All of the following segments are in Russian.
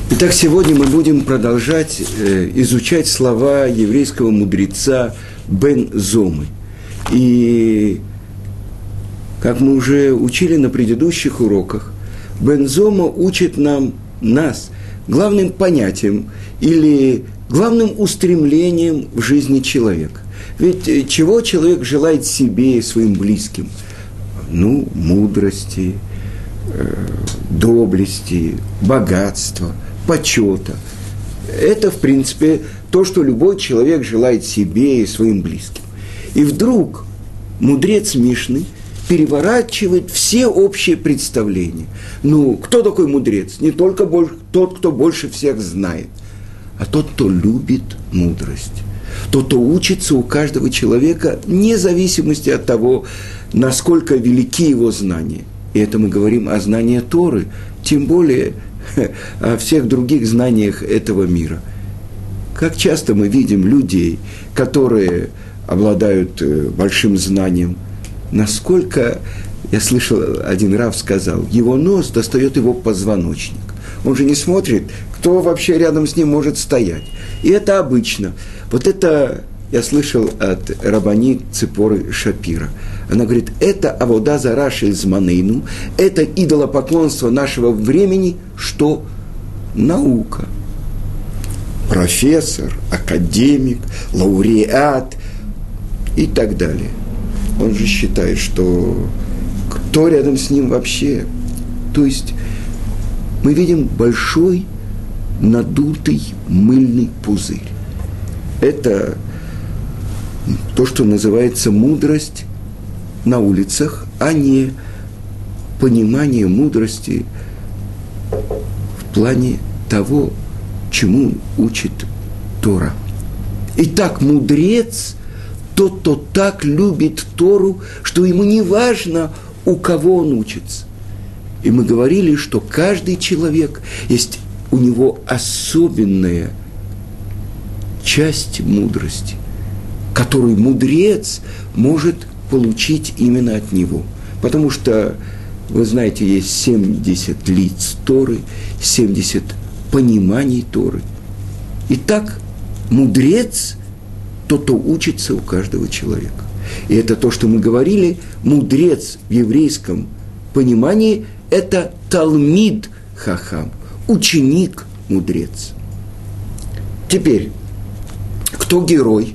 Итак, сегодня мы будем продолжать изучать слова еврейского мудреца Бен Зомы. И, как мы уже учили на предыдущих уроках, Бен Зома учит нас главным понятием или главным устремлением в жизни человека. Ведь чего человек желает себе и своим близким? Мудрости, доблести, богатства, почета. Это, в принципе, то, что любой человек желает себе и своим близким. И вдруг мудрец Мишны переворачивает все общие представления. Кто такой мудрец? Не только тот, кто больше всех знает, а тот, кто любит мудрость. Тот, кто учится у каждого человека, вне зависимости от того, насколько велики его знания. И это мы говорим о знании Торы, тем более о всех других знаниях этого мира. Как часто мы видим людей, которые обладают большим знанием, насколько, я слышал, один рав сказал, его нос достает его позвоночник. Он же не смотрит, кто вообще рядом с ним может стоять. И это обычно. Вот это я слышал от рабанит Ципоры Шапира. Она говорит, это авода зара шель зманейну, это идолопоклонство нашего времени, что наука. Профессор, академик, лауреат и так далее. Он же считает, что кто рядом с ним вообще? То есть мы видим большой надутый мыльный пузырь. Это то, что называется мудрость на улицах, а не понимание мудрости в плане того, чему учит Тора. Итак, мудрец – тот, кто так любит Тору, что ему не важно, у кого он учится. И мы говорили, что каждый человек, есть у него особенная часть мудрости, которую мудрец может получить именно от него. Потому что, вы знаете, есть 70 лиц Торы, 70 пониманий Торы. Итак, мудрец – тот, кто учится у каждого человека. И это то, что мы говорили, мудрец в еврейском понимании – это талмид хахам, ученик-мудрец. Теперь, кто герой?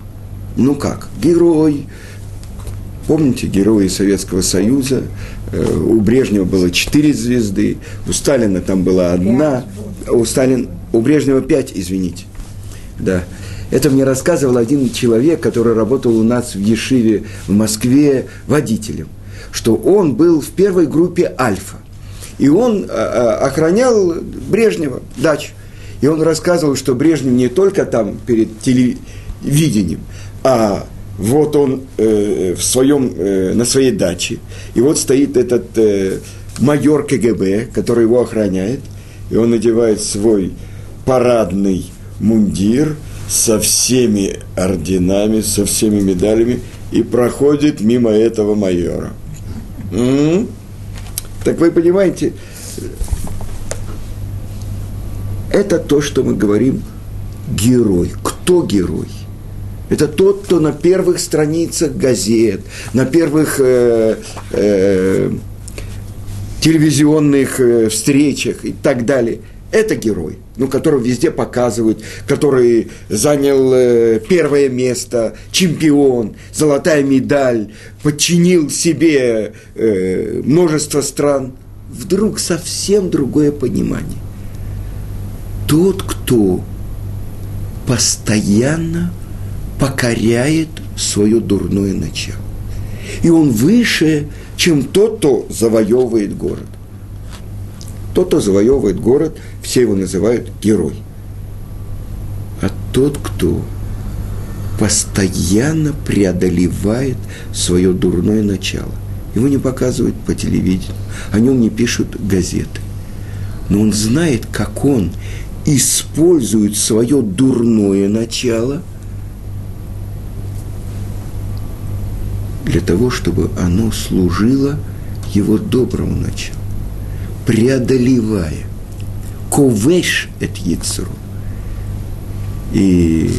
Герой. Помните, герои Советского Союза? У Брежнева было 4 звезды, у Сталина там была 1, у Брежнева 5, извините. Да. Это мне рассказывал один человек, который работал у нас в Ешиве в Москве водителем, что он был в первой группе «Альфа». И он охранял Брежнева дачу. И он рассказывал, что Брежнев не только там перед телевидением, а вот он на своей даче, и вот стоит этот майор КГБ, который его охраняет, и он надевает свой парадный мундир со всеми орденами, со всеми медалями, и проходит мимо этого майора. Так вы понимаете, это то, что мы говорим герой. Кто герой? Это тот, кто на первых страницах газет, на первых телевизионных встречах и так далее. Это герой, которого везде показывают, который занял первое место, чемпион, золотая медаль, подчинил себе множество стран. Вдруг совсем другое понимание. Тот, кто постоянно покоряет свое дурное начало. И он выше, чем тот, кто завоевывает город. Тот, кто завоевывает город, все его называют герой. А тот, кто постоянно преодолевает свое дурное начало. Его не показывают по телевидению, о нем не пишут газеты. Но он знает, как он использует свое дурное начало для того, чтобы оно служило его доброму началу, преодолевая, ковеш эт яцеру. И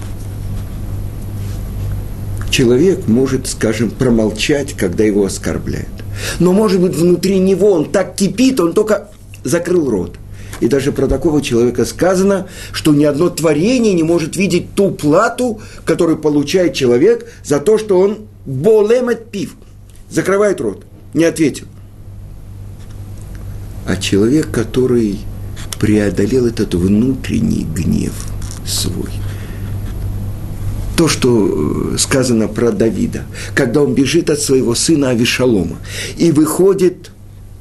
человек может, скажем, промолчать, когда его оскорбляют. Но, может быть, внутри него он так кипит, он только закрыл рот. И даже про такого человека сказано, что ни одно творение не может видеть ту плату, которую получает человек за то, что он болемет пив, закрывает рот, не ответил. А человек, который преодолел этот внутренний гнев свой, то, что сказано про Давида, когда он бежит от своего сына Авишалома и выходит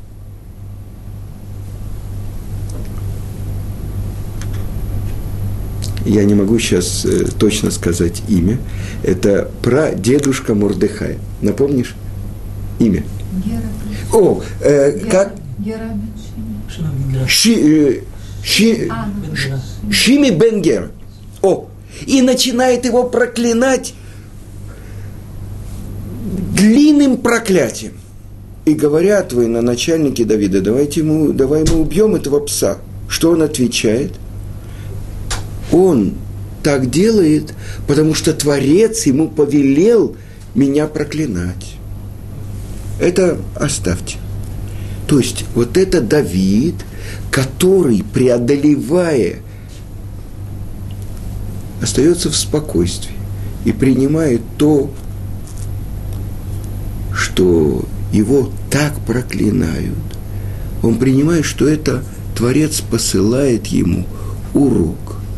я не могу сейчас точно сказать имя, это прадедушка Мордехая. Напомнишь имя? О, как? Шими бен Гера. О, и начинает его проклинать длинным проклятием. И говорят военачальники Давида, давай мы убьем этого пса. Что он отвечает? Он так делает, потому что Творец ему повелел меня проклинать. Это оставьте. То есть, вот это Давид, который, преодолевая, остается в спокойствии и принимает то, что его так проклинают. Он принимает, что это Творец посылает ему урок.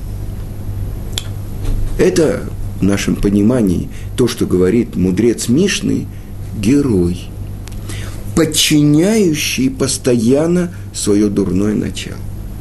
Это, в нашем понимании, то, что говорит мудрец Мишны, герой, подчиняющий постоянно свое дурное начало.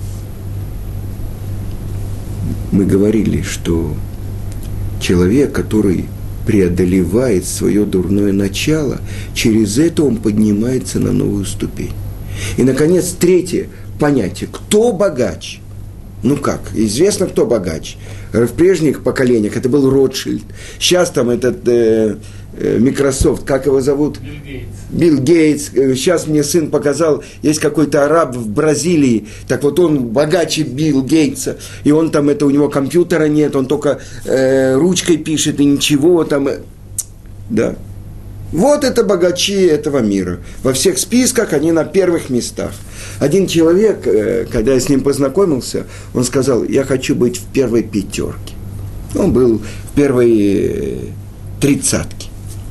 Мы говорили, что человек, который преодолевает свое дурное начало, через это он поднимается на новую ступень. И, наконец, третье понятие. Кто богач? Ну как? Известно, кто богач. В прежних поколениях это был Ротшильд. Сейчас там этот Microsoft, как его зовут? Билл Гейтс. Сейчас мне сын показал, есть какой-то араб в Бразилии, так вот он богаче Билл Гейтса, и он там, у него компьютера нет, он только ручкой пишет и ничего там. Да. Вот это богачи этого мира. Во всех списках они на первых местах. Один человек, когда я с ним познакомился, он сказал, я хочу быть в первой пятерке. Он был в первой 30-ке.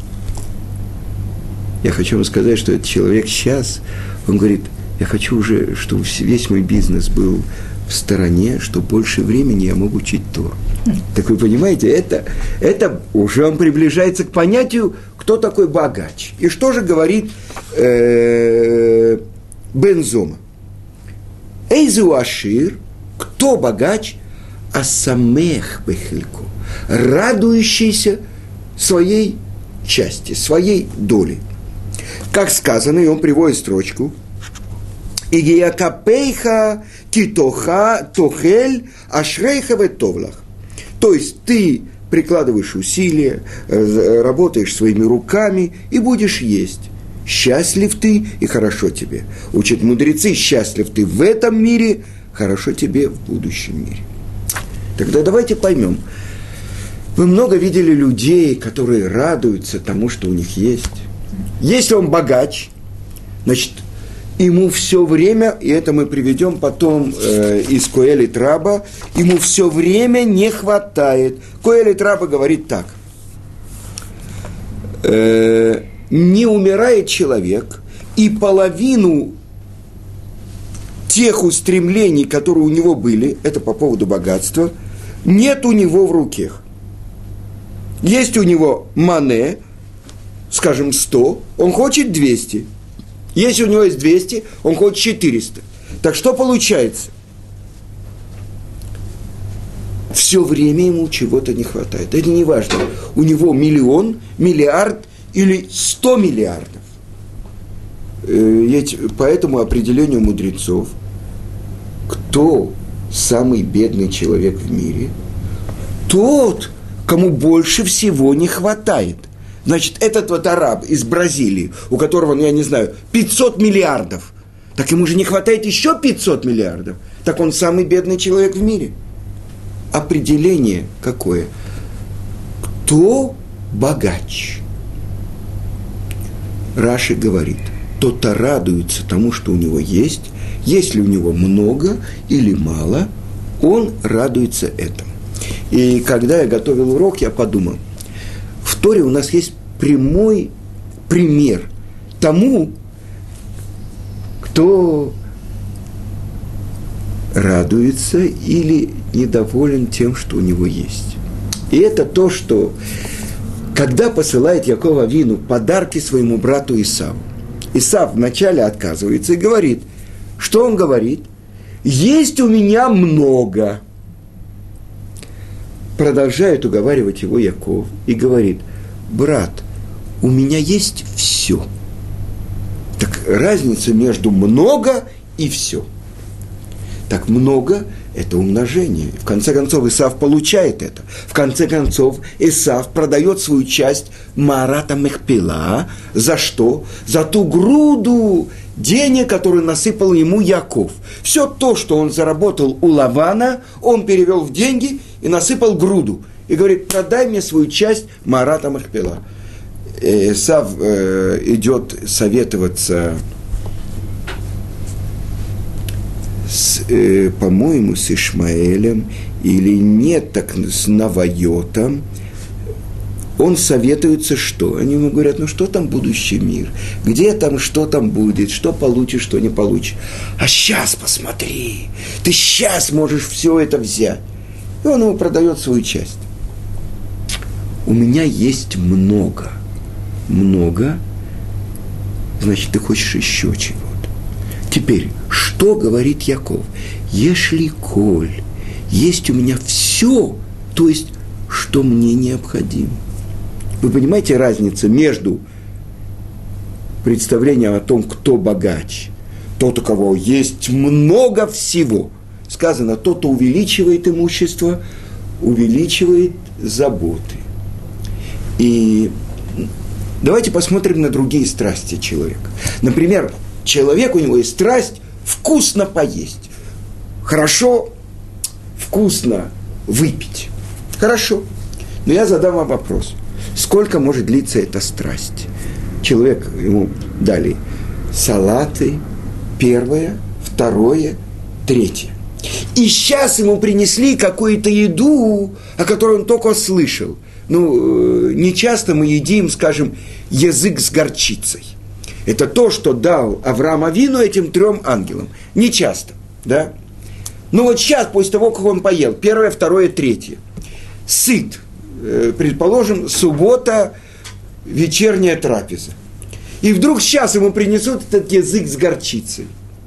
Я хочу вам сказать, что этот человек сейчас, он говорит, я хочу уже, чтобы весь мой бизнес был в стороне, что больше времени я могу учить Тору. Так вы понимаете, это уже он приближается к понятию, кто такой богач. И что же говорит Бен Зома? Эйзу ашир, кто богач, асамех бехильку, радующийся своей части, своей доли. Как сказано, и он приводит строчку, «Игиякапейха китоха тохель ашрейха ветовлах». То есть ты прикладываешь усилия, работаешь своими руками и будешь есть. Счастлив ты и хорошо тебе. Учат мудрецы, счастлив ты в этом мире, хорошо тебе в будущем мире. Тогда давайте поймем. Вы много видели людей, которые радуются тому, что у них есть. Если он богач, значит, ему все время, и это мы приведем потом из Коэлит Раба, ему все время не хватает. Коэлит Раба говорит так. Не умирает человек, и половину тех устремлений, которые у него были, это по поводу богатства, нет у него в руках. Есть у него мане, скажем, 100, он хочет 200. Если у него есть 200, он хочет 400. Так что получается? Все время ему чего-то не хватает. Это не важно. У него миллион, миллиард или 100 миллиардов. По этому определению мудрецов, кто самый бедный человек в мире? Тот, кому больше всего не хватает. Значит, этот вот араб из Бразилии, у которого, я не знаю, 500 миллиардов, Так ему же не хватает еще 500 миллиардов. Так он самый бедный человек в мире. Определение какое? Кто богач? Раши говорит, тот-то радуется тому, что у него есть. Если у него много или мало, он радуется этому. И когда я готовил урок, я подумал, в Торе у нас есть прямой пример тому, кто радуется или недоволен тем, что у него есть. И это то, что когда посылает Яков Авину подарки своему брату Исаву, Исав вначале отказывается и говорит, что он говорит? Есть у меня много. Продолжает уговаривать его Яков и говорит, брат, у меня есть все. Так разница между много и все. Так много – это умножение. В конце концов, Исав получает это. В конце концов, Исав продает свою часть Маарата Мехпила. За что? За ту груду денег, которую насыпал ему Яков. Все то, что он заработал у Лавана, он перевел в деньги и насыпал груду. И говорит, продай мне свою часть Маарата Мехпила. Исав идет советоваться по-моему, с Ишмаэлем, или нет, так с Навайотом, он советуется, что? Они ему говорят, ну что там будущий мир? Где там, что там будет? Что получишь, что не получишь? А сейчас посмотри, ты сейчас можешь все это взять. И он ему продает свою часть. У меня есть много. Много, значит, ты хочешь еще чего-то. Теперь, что говорит Яков? Ешли коль, есть у меня все, то есть, что мне необходимо. Вы понимаете разницу между представлением о том, кто богач, тот, у кого есть много всего. Сказано, тот, кто увеличивает имущество, увеличивает заботы. И давайте посмотрим на другие страсти человека. Например, человек, у него есть страсть вкусно поесть. Хорошо, вкусно выпить. Хорошо. Но я задам вам вопрос. Сколько может длиться эта страсть? Человек, ему дали салаты, первое, второе, третье. И сейчас ему принесли какую-то еду, о которой он только слышал. Ну, не часто мы едим, скажем, язык с горчицей. Это то, что дал Авраам Авину этим 3 ангелам. Не часто, да? Но вот сейчас, после того, как он поел, первое, второе, третье, сыт, предположим, суббота, вечерняя трапеза. И вдруг сейчас ему принесут этот язык с горчицей.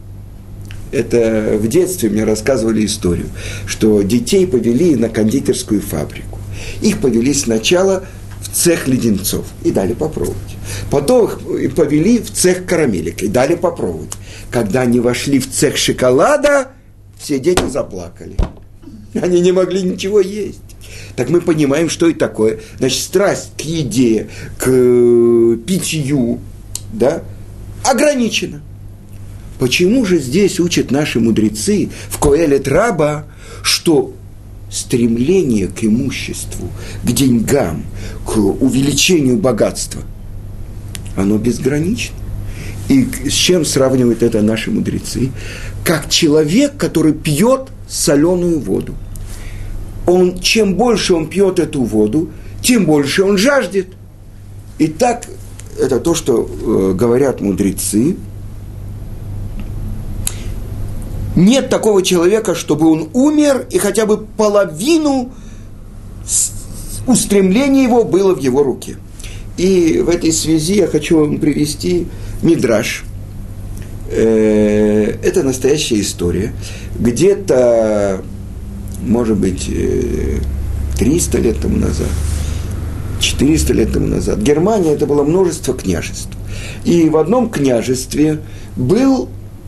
Это в детстве мне рассказывали историю, что детей повели на кондитерскую фабрику. Их повели сначала в цех леденцов и дали попробовать. Потом их повели в цех карамелек и дали попробовать. Когда они вошли в цех шоколада, все дети заплакали. Они не могли ничего есть. Так мы понимаем, что это такое. Значит, страсть к еде, к питью, да, ограничена. Почему же здесь учат наши мудрецы в Коэлет Раба, что стремление к имуществу, к деньгам, к увеличению богатства, оно безгранично? И с чем сравнивают это наши мудрецы? Как человек, который пьет соленую воду. Чем больше он пьет эту воду, тем больше он жаждет. И так, это то, что говорят мудрецы. Нет такого человека, чтобы он умер, и хотя бы половину устремления его было в его руке. И в этой связи я хочу вам привести мидраш. Это настоящая история. Где-то, может быть, 300 лет тому назад, 400 лет тому назад, в Германии это было множество княжеств. И в одном княжестве был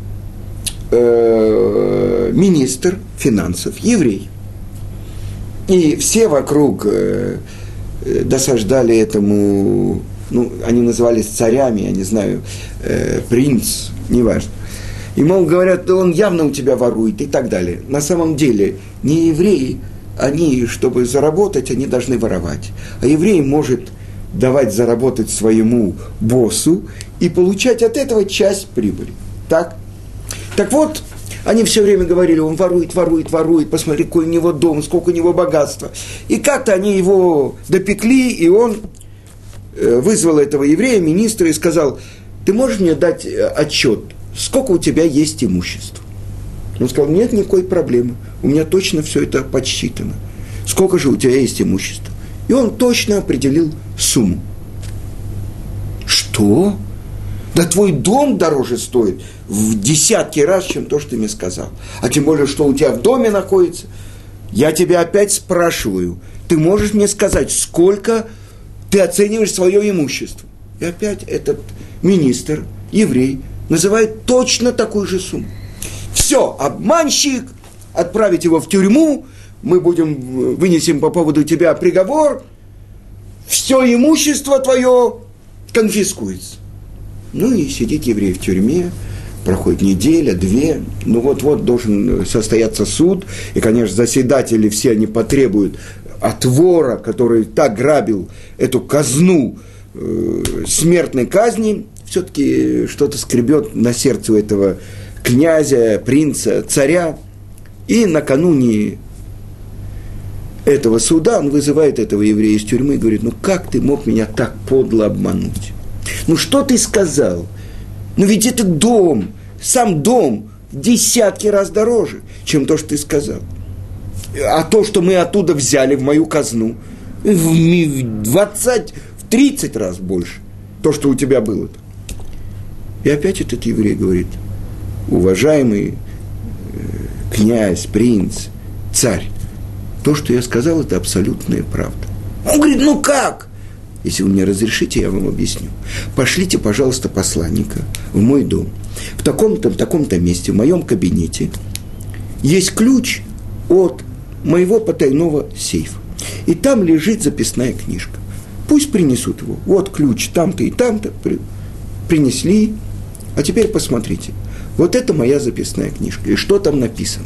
министр финансов, еврей. И все вокруг досаждали этому, ну, они назывались царями, я не знаю, принц, неважно. И, мол, говорят, он явно у тебя ворует и так далее. На самом деле, не евреи, они, чтобы заработать, они должны воровать. А еврей может давать заработать своему боссу и получать от этого часть прибыли. Так? Так вот, они все время говорили, он ворует, ворует, ворует, посмотри, какой у него дом, сколько у него богатства. И как-то они его допекли, и он вызвал этого еврея, министра, и сказал, ты можешь мне дать отчет, сколько у тебя есть имущества? Он сказал, нет никакой проблемы, у меня точно все это подсчитано. Сколько же у тебя есть имущества? И он точно определил сумму. Что? Да твой дом дороже стоит в десятки раз, чем то, что ты мне сказал. А тем более, что у тебя в доме находится. Я тебя опять спрашиваю, ты можешь мне сказать, сколько ты оцениваешь свое имущество? И опять этот министр, еврей, называет точно такую же сумму. Все, обманщик, отправить его в тюрьму, мы вынесем по поводу тебя приговор, все имущество твое конфискуется. Ну и сидит еврей в тюрьме, проходит неделя, две, ну вот-вот должен состояться суд, и, конечно, заседатели все они потребуют от вора, который так грабил эту казну, смертной казни, все-таки что-то скребет на сердце у этого князя, принца, царя, и накануне этого суда он вызывает этого еврея из тюрьмы и говорит, ну как ты мог меня так подло обмануть? Ну что ты сказал? Ну ведь это дом, сам дом в десятки раз дороже, чем то, что ты сказал. А то, что мы оттуда взяли в мою казну, в 20, в 30 раз больше, то, что у тебя было-то. И опять этот еврей говорит, уважаемый князь, принц, царь, то, что я сказал, это абсолютная правда. Он говорит, ну как? Если вы мне разрешите, я вам объясню. Пошлите, пожалуйста, посланника в мой дом. В таком-то месте, в моем кабинете, есть ключ от моего потайного сейфа. И там лежит записная книжка. Пусть принесут его. Вот ключ там-то и там-то. Принесли. А теперь посмотрите. Вот это моя записная книжка. И что там написано?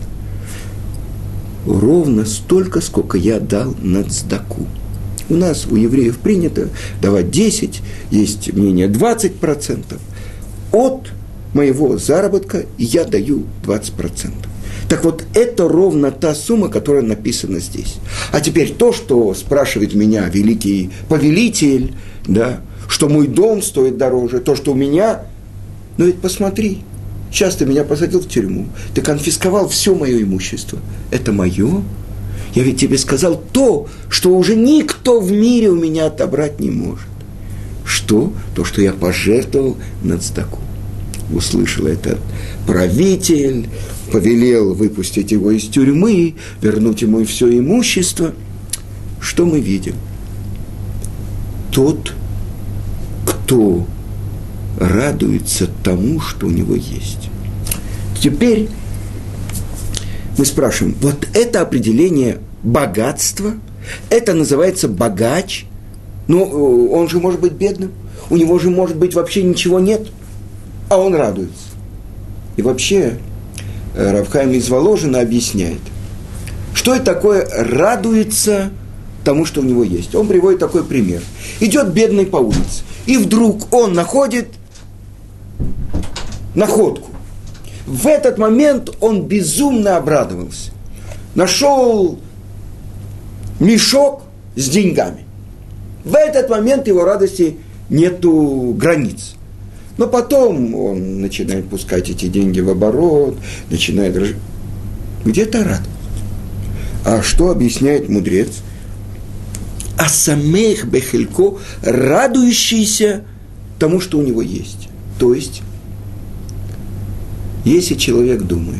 Ровно столько, сколько я дал на цдаку. У нас, у евреев, принято давать 10, есть мнение 20%. От моего заработка я даю 20%. Так вот, это ровно та сумма, которая написана здесь. А теперь то, что спрашивает меня великий повелитель, да, что мой дом стоит дороже, то, что у меня... Но ведь посмотри, сейчас ты меня посадил в тюрьму, ты конфисковал все мое имущество. Это мое? Я ведь тебе сказал то, что уже никто в мире у меня отобрать не может. Что? То, что я пожертвовал на цдаку. Услышал этот правитель, повелел выпустить его из тюрьмы, вернуть ему все имущество. Что мы видим? Тот, кто радуется тому, что у него есть. Теперь мы спрашиваем, вот это определение богатства, это называется богач, но он же может быть бедным, у него же может быть вообще ничего нет, а он радуется. И вообще Рав Хаим из Воложина объясняет, что это такое радуется тому, что у него есть. Он приводит такой пример. Идет бедный по улице, и вдруг он находит находку. В этот момент он безумно обрадовался. Нашел мешок с деньгами. В этот момент его радости нету границ. Но потом он начинает пускать эти деньги в оборот, начинает... Где-то радость. А что объясняет мудрец? Асамех бехелько, радующийся тому, что у него есть. То есть, если человек думает,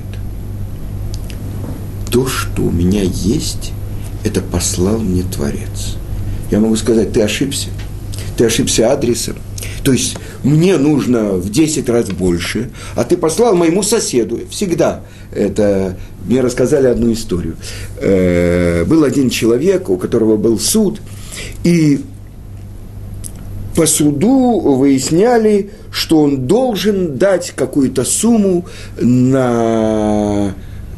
то, что у меня есть, это послал мне Творец. Я могу сказать, ты ошибся адресом. То есть, мне нужно в 10 раз больше, а ты послал моему соседу. Всегда. Это мне рассказали одну историю. Был один человек, у которого был суд, и по суду выясняли, что он должен дать какую-то сумму на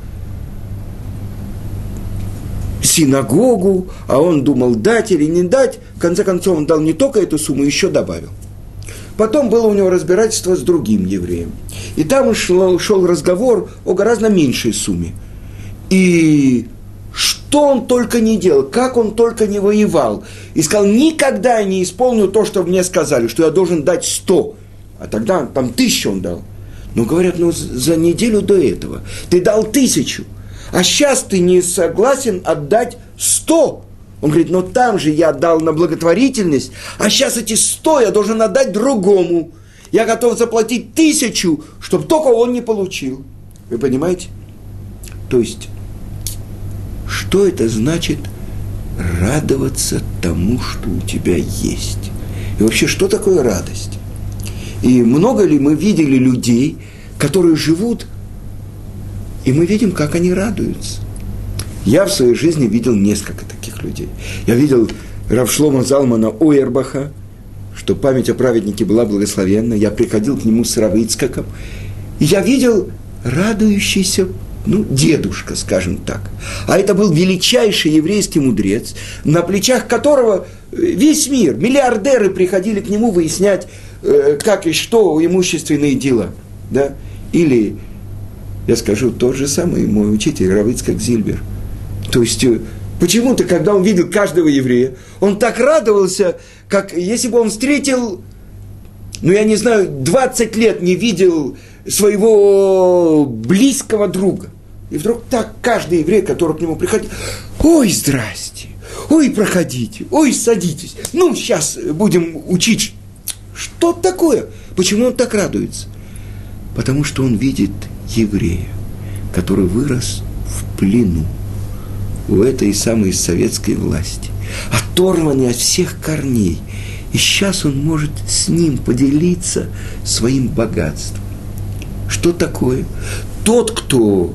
синагогу, а он думал, дать или не дать. В конце концов, он дал не только эту сумму, еще добавил. Потом было у него разбирательство с другим евреем. И там шел разговор о гораздо меньшей сумме. И что он только не делал, как он только не воевал. И сказал, никогда я не исполню то, что мне сказали, что я должен дать 100. А тогда там 1000 он дал. Но говорят, за неделю до этого ты дал 1000. А сейчас ты не согласен отдать 100. Он говорит, но там же я отдал на благотворительность, а сейчас эти 100 я должен отдать другому. Я готов заплатить 1000, чтобы только он не получил. Вы понимаете? То есть, что это значит радоваться тому, что у тебя есть? И вообще, что такое радость? И много ли мы видели людей, которые живут, и мы видим, как они радуются? Я в своей жизни видел несколько таких людей. Я видел рав Шломо Залмана Ойербаха, что память о праведнике была благословенна. Я приходил к нему с рав Ицхаком, и я видел радующийся, дедушка, скажем так. А это был величайший еврейский мудрец, на плечах которого весь мир, миллиардеры приходили к нему выяснять, как и что имущественные дела. Да? Или, я скажу, тот же самый мой учитель, рав Ицхак Зильбер. То есть, почему-то, когда он видел каждого еврея, он так радовался, как если бы он встретил, 20 лет не видел своего близкого друга. И вдруг так каждый еврей, который к нему приходит, ой, здрасте, ой, проходите, ой, садитесь, сейчас будем учить. Что такое? Почему он так радуется? Потому что он видит еврея, который вырос в плену у этой самой советской власти, оторванный от всех корней. И сейчас он может с ним поделиться своим богатством. Что такое? Тот, кто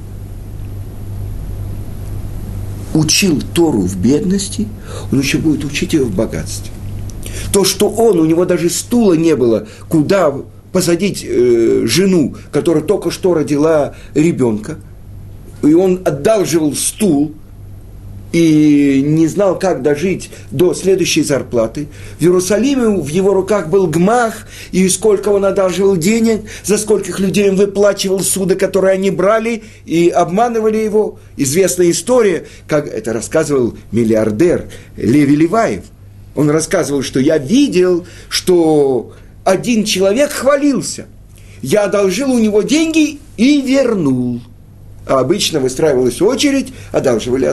учил Тору в бедности, он еще будет учить ее в богатстве. То, что у него даже стула не было, куда посадить жену, которая только что родила ребенка, и он одалживал стул, и не знал, как дожить до следующей зарплаты. В Иерусалиме в его руках был гмах, и сколько он одалживал денег, за скольких людей он выплачивал суды, которые они брали, и обманывали его. Известная история, как это рассказывал миллиардер Леви Леваев. Он рассказывал, что я видел, что один человек хвалился. Я одолжил у него деньги и вернул. А обычно выстраивалась очередь, одалживали.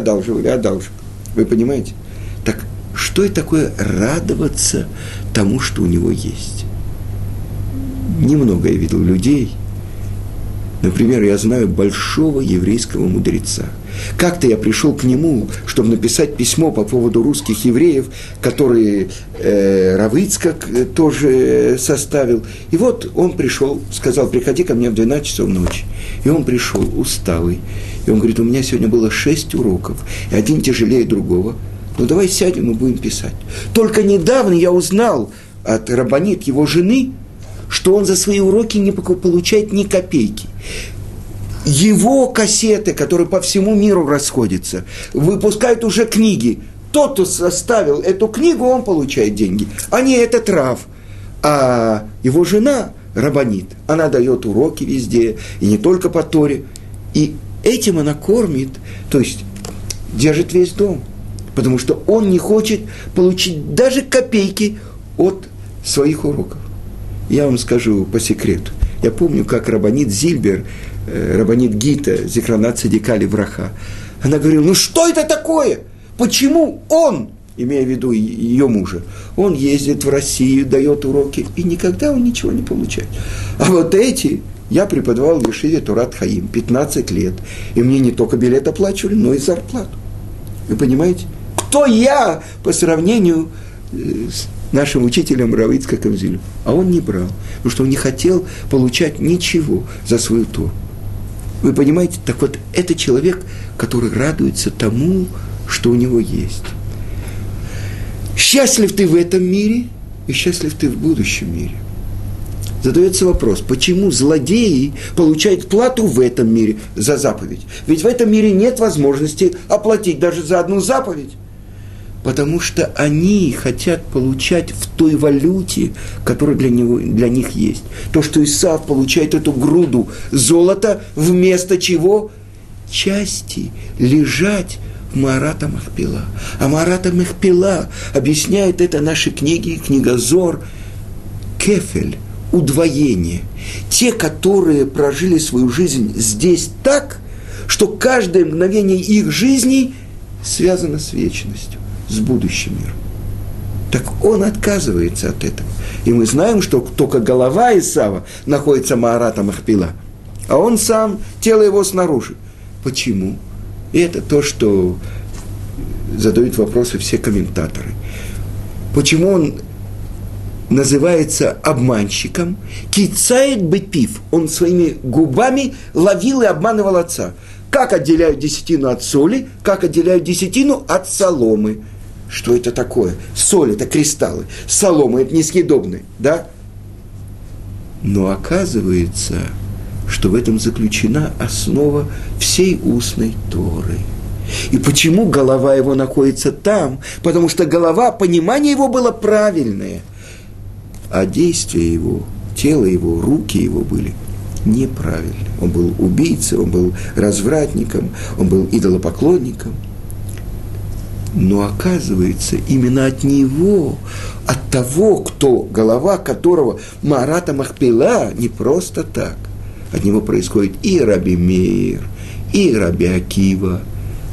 Вы понимаете? Так что это такое радоваться тому, что у него есть? Немного я видел людей. Например, я знаю большого еврейского мудреца. Как-то я пришел к нему, чтобы написать письмо по поводу русских евреев, которые рав Ицхак тоже составил. И вот он пришел, сказал, приходи ко мне в 12 часов ночи. И он пришел усталый. И он говорит, у меня сегодня было 6 уроков, и один тяжелее другого. Давай сядем и будем писать. Только недавно я узнал от раббанит его жены, что он за свои уроки не получает ни копейки. Его кассеты, которые по всему миру расходятся, выпускают уже книги. Тот, кто составил эту книгу, он получает деньги, а не этот рав. А его жена, раббанит, она дает уроки везде, и не только по Торе. И этим она кормит, то есть держит весь дом. Потому что он не хочет получить даже копейки от своих уроков. Я вам скажу по секрету. Я помню, как раббанит Зильбер, раббанит Гита, Зихрана Цадика Левраха, она говорила, что это такое? Почему он, имея в виду ее мужа, он ездит в Россию, дает уроки, и никогда он ничего не получает. А вот эти, я преподавал в Ешиве Торат Хаим 15 лет, и мне не только билет оплачивали, но и зарплату. Вы понимаете? Кто я по сравнению с нашим учителем рав Ицхаком Зильбером? А он не брал, потому что он не хотел получать ничего за свою Тору. Вы понимаете? Так вот, это человек, который радуется тому, что у него есть. Счастлив ты в этом мире, и счастлив ты в будущем мире. Задается вопрос, почему злодеи получают плату в этом мире за заповедь? Ведь в этом мире нет возможности оплатить даже за одну заповедь. Потому что они хотят получать в той валюте, которая для них есть. То, что Исав получает эту груду золота, вместо чего части лежать в Маарата Махпела. А Маарата Махпела объясняет это наши книги, книга Зор, кефель, удвоение. Те, которые прожили свою жизнь здесь так, что каждое мгновение их жизни связано с вечностью, с будущим миром. Так он отказывается от этого. И мы знаем, что только голова Исава находится Маарата Махпела, а он сам, тело его снаружи. Почему? И это то, что задают вопросы все комментаторы. Почему он называется обманщиком? Кицает бепив. Он своими губами ловил и обманывал отца. Как отделяют десятину от соли, как отделяют десятину от соломы. Что это такое? Соль – это кристаллы, солома – это несъедобные, да? Но оказывается, что в этом заключена основа всей устной Торы. И почему голова его находится там? Потому что голова, понимание его было правильное, а действия его, тело его, руки его были неправильные. Он был убийцей, он был развратником, он был идолопоклонником. Но оказывается, именно от него, от того, кто, голова которого Маарата Махпела, не просто так. От него происходит и Раби Меир, и Раби Акива.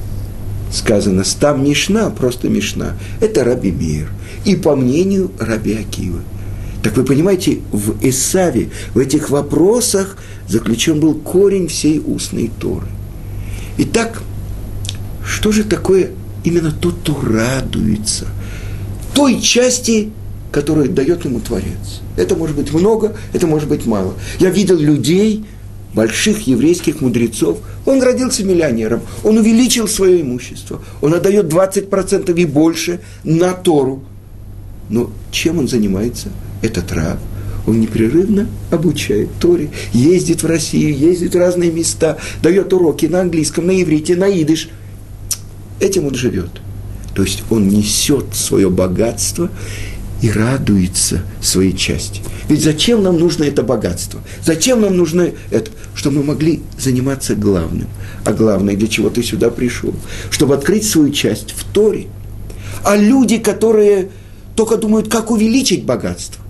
Сказано, там Мишна, просто Мишна. Это Раби Меир. И по мнению Раби Акивы. Так вы понимаете, в Исаве, в этих вопросах заключен был корень всей устной Торы. Итак, что же такое именно тот, кто радуется той части, которую дает ему Творец? Это может быть много, это может быть мало. Я видел людей, больших еврейских мудрецов, он родился миллионером, он увеличил свое имущество, он отдает 20% и больше на Тору. Но чем он занимается? Этот рав, он непрерывно обучает Торе, ездит в Россию, ездит в разные места, дает уроки на английском, на иврите, на идиш. Этим он живет. То есть он несет свое богатство и радуется своей части. Ведь зачем нам нужно это богатство? Зачем нам нужно это? Чтобы мы могли заниматься главным. А главное, для чего ты сюда пришел? Чтобы открыть свою часть в Торе. А люди, которые только думают, как увеличить богатство.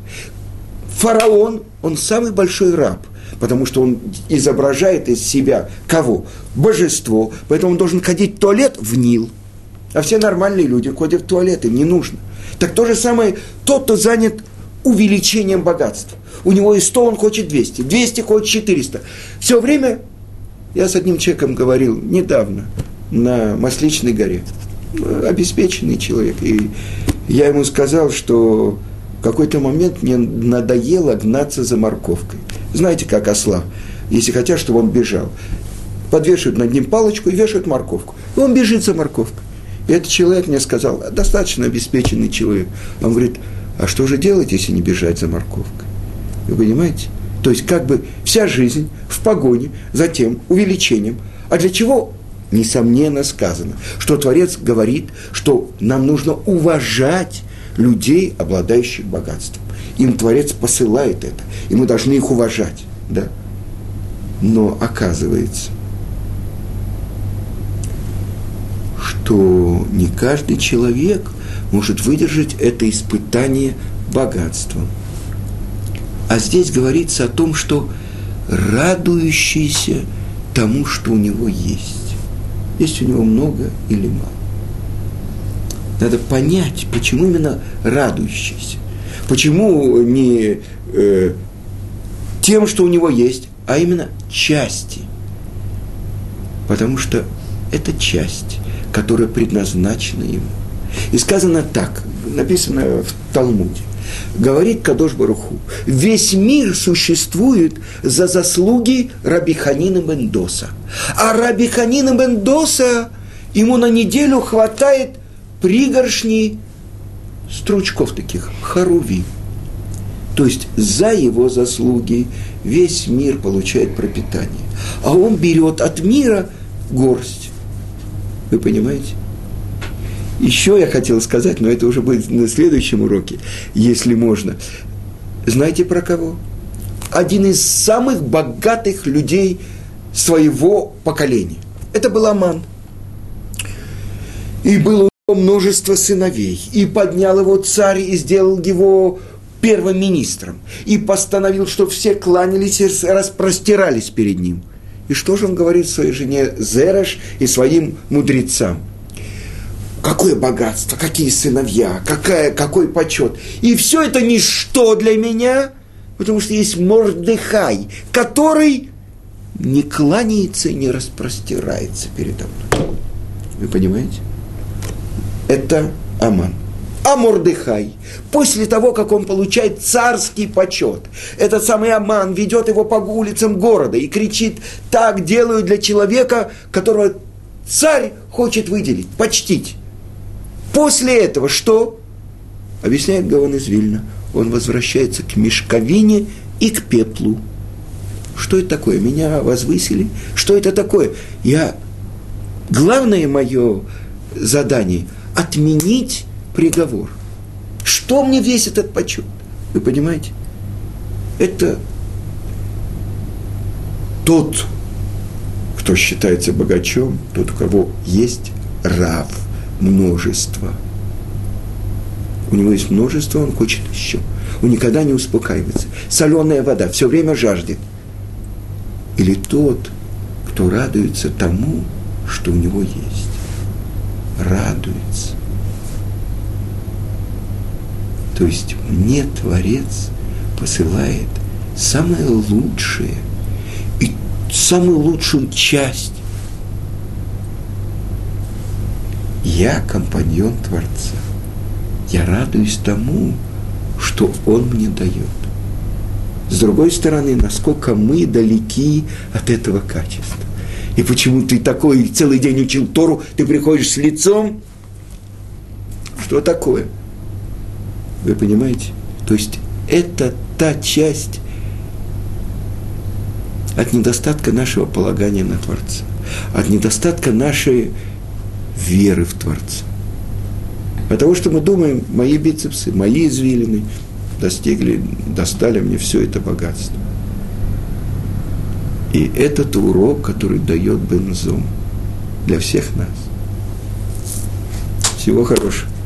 Фараон, он самый большой раб, потому что он изображает из себя кого? Божество, поэтому он должен ходить в туалет в Нил. А все нормальные люди ходят в туалет, им не нужно. Так то же самое, тот, кто занят увеличением богатства. У него и 100, он хочет 200, 200 хочет 400. Все время, я с одним человеком говорил недавно на Масличной горе, обеспеченный человек, и я ему сказал, что в какой-то момент мне надоело гнаться за морковкой. Знаете, как осла, если хотят, чтобы он бежал. Подвешивают над ним палочку и вешают морковку. И он бежит за морковкой. И этот человек мне сказал, достаточно обеспеченный человек. Он говорит, а что же делать, если не бежать за морковкой? Вы понимаете? То есть, как бы вся жизнь в погоне за тем увеличением. А для чего? Несомненно сказано, что Творец говорит, что нам нужно уважать людей, обладающих богатством. Им Творец посылает это, и мы должны их уважать. Да? Но оказывается, что не каждый человек может выдержать это испытание богатством. А здесь говорится о том, что радующийся тому, что у него есть. Есть у него много или мало. Надо понять, почему именно радующийся. Почему не тем, что у него есть, а именно части. Потому что это часть, которая предназначена ему. И сказано так, написано в Талмуде. Говорит Кадош Барух Ху, весь мир существует за заслуги Раби Ханина бен Доса. А Раби Ханина бен Доса, ему на неделю хватает пригоршни стручков таких, харуви. То есть за его заслуги весь мир получает пропитание. А он берет от мира горсть. Вы понимаете? Еще я хотел сказать, но это уже будет на следующем уроке, если можно. Знаете про кого? Один из самых богатых людей своего поколения. Это был Аман. И было у него множество сыновей. И поднял его царь и сделал его первым министром. И постановил, что все кланялись и распростирались перед ним. И что же он говорит своей жене Зереш и своим мудрецам? Какое богатство, какие сыновья, какой почет. И все это ничто для меня, потому что есть Мордехай, который не кланяется и не распростирается передо мной. Вы понимаете? Это Аман. А Мордехай, после того, как он получает царский почет, этот самый Аман ведет его по улицам города и кричит: так делаю для человека, которого царь хочет выделить, почтить. После этого что? Объясняет Гаон из Вильна. Он возвращается к мешковине и к пеплу. Что это такое? Меня возвысили? Что это такое? Главное мое задание – отменить приговор. Что мне весь этот почет? Вы понимаете? Это тот, кто считается богачом, тот, у кого есть рав, множество. У него есть множество, он хочет еще. Он никогда не успокаивается. Соленая вода, все время жаждет. Или тот, кто радуется тому, что у него есть. Радуется. То есть мне Творец посылает самое лучшее и самую лучшую часть. Я компаньон Творца. Я радуюсь тому, что Он мне дает. С другой стороны, насколько мы далеки от этого качества. И почему ты такой целый день учил Тору, ты приходишь с лицом? Что такое? Вы понимаете? То есть это та часть от недостатка нашего полагания на Творца, от недостатка нашей веры в Творца. От того, что мы думаем, мои бицепсы, мои извилины достали мне все это богатство. И этот урок, который дает Бен Зом для всех нас. Всего хорошего.